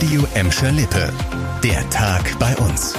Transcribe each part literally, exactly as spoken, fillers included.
Radio Emscher Lippe. Der Tag bei uns.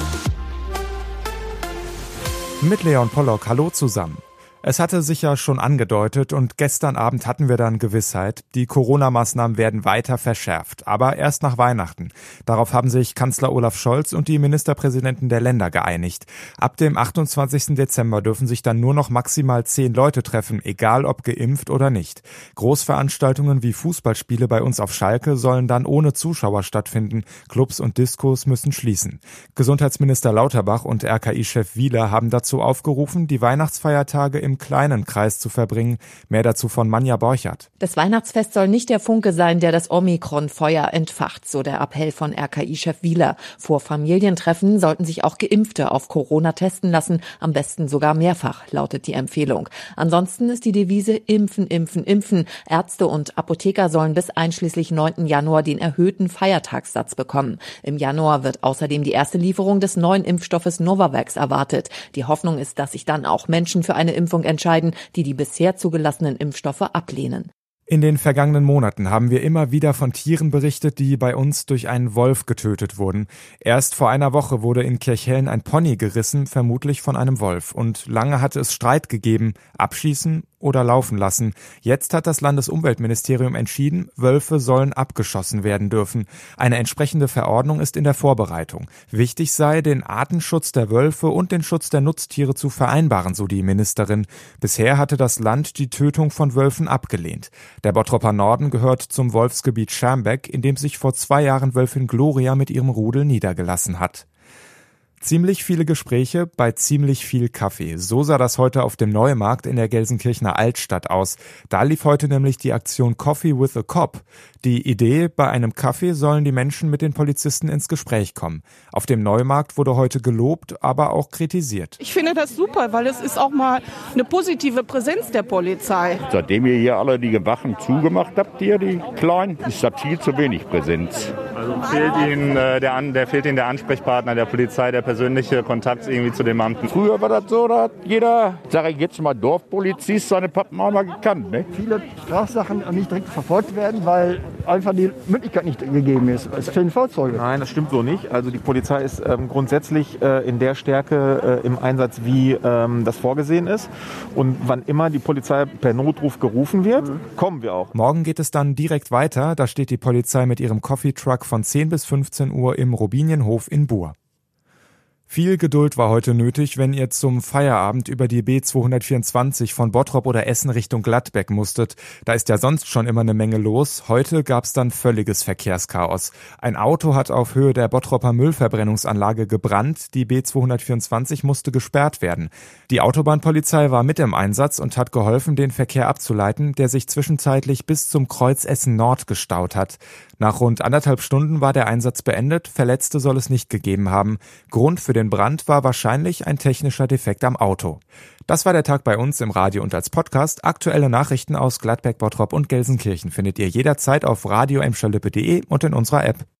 Mit Leon Pollock, hallo zusammen. Es hatte sich ja schon angedeutet und gestern Abend hatten wir dann Gewissheit, die Corona-Maßnahmen werden weiter verschärft, aber erst nach Weihnachten. Darauf haben sich Kanzler Olaf Scholz und die Ministerpräsidenten der Länder geeinigt. Ab dem achtundzwanzigsten Dezember dürfen sich dann nur noch maximal zehn Leute treffen, egal ob geimpft oder nicht. Großveranstaltungen wie Fußballspiele bei uns auf Schalke sollen dann ohne Zuschauer stattfinden. Clubs und Diskos müssen schließen. Gesundheitsminister Lauterbach und R K I-Chef Wieler haben dazu aufgerufen, die Weihnachtsfeiertage im im kleinen Kreis zu verbringen. Mehr dazu von Manja Borchert. Das Weihnachtsfest soll nicht der Funke sein, der das Omikron-Feuer entfacht, so der Appell von R K I-Chef Wieler. Vor Familientreffen sollten sich auch Geimpfte auf Corona testen lassen, am besten sogar mehrfach, lautet die Empfehlung. Ansonsten ist die Devise Impfen, Impfen, Impfen. Ärzte und Apotheker sollen bis einschließlich neunten Januar den erhöhten Feiertagssatz bekommen. Im Januar wird außerdem die erste Lieferung des neuen Impfstoffes Novavax erwartet. Die Hoffnung ist, dass sich dann auch Menschen für eine Impfung entscheiden, die die bisher zugelassenen Impfstoffe ablehnen. In den vergangenen Monaten haben wir immer wieder von Tieren berichtet, die bei uns durch einen Wolf getötet wurden. Erst vor einer Woche wurde in Kirchhellen ein Pony gerissen, vermutlich von einem Wolf. Und lange hatte es Streit gegeben, abschießen oder laufen lassen. Jetzt hat das Landesumweltministerium entschieden, Wölfe sollen abgeschossen werden dürfen. Eine entsprechende Verordnung ist in der Vorbereitung. Wichtig sei, den Artenschutz der Wölfe und den Schutz der Nutztiere zu vereinbaren, so die Ministerin. Bisher hatte das Land die Tötung von Wölfen abgelehnt. Der Bottroper Norden gehört zum Wolfsgebiet Schermbeck, in dem sich vor zwei Jahren Wölfin Gloria mit ihrem Rudel niedergelassen hat. Ziemlich viele Gespräche bei ziemlich viel Kaffee. So sah das heute auf dem Neumarkt in der Gelsenkirchener Altstadt aus. Da lief heute nämlich die Aktion Coffee with a Cop. Die Idee, bei einem Kaffee sollen die Menschen mit den Polizisten ins Gespräch kommen. Auf dem Neumarkt wurde heute gelobt, aber auch kritisiert. Ich finde das super, weil es ist auch mal eine positive Präsenz der Polizei. Seitdem ihr hier alle die Wachen zugemacht habt, hier die Kleinen, ist das viel zu wenig Präsenz. Also fehlt Ihnen, äh, der, der, fehlt Ihnen der Ansprechpartner der Polizei, der persönliche Kontakt irgendwie zu den Beamten? Früher war das so, da hat jeder, sage ich jetzt mal, Dorfpolizist seine Pappenheimer gekannt. Ne? Viele Strafsachen nicht direkt verfolgt werden, weil einfach die Möglichkeit nicht gegeben ist. Es fehlen Fahrzeuge. Nein, das stimmt so nicht. Also die Polizei ist ähm, grundsätzlich äh, in der Stärke äh, im Einsatz, wie ähm, das vorgesehen ist. Und wann immer die Polizei per Notruf gerufen wird, mhm. kommen wir auch. Morgen geht es dann direkt weiter. Da steht die Polizei mit ihrem Coffee-Truck von zehn bis fünfzehn Uhr im Robinienhof in Buhr. Viel Geduld war heute nötig, wenn ihr zum Feierabend über die B zweihundertvierundzwanzig von Bottrop oder Essen Richtung Gladbeck musstet. Da ist ja sonst schon immer eine Menge los. Heute gab's dann völliges Verkehrschaos. Ein Auto hat auf Höhe der Bottroper Müllverbrennungsanlage gebrannt. Die B zweihundertvierundzwanzig musste gesperrt werden. Die Autobahnpolizei war mit im Einsatz und hat geholfen, den Verkehr abzuleiten, der sich zwischenzeitlich bis zum Kreuz Essen Nord gestaut hat. Nach rund anderthalb Stunden war der Einsatz beendet. Verletzte soll es nicht gegeben haben. Grund für den Brand war wahrscheinlich ein technischer Defekt am Auto. Das war der Tag bei uns im Radio und als Podcast. Aktuelle Nachrichten aus Gladbeck, Bottrop und Gelsenkirchen findet ihr jederzeit auf radio emscher lippe punkt de und in unserer App.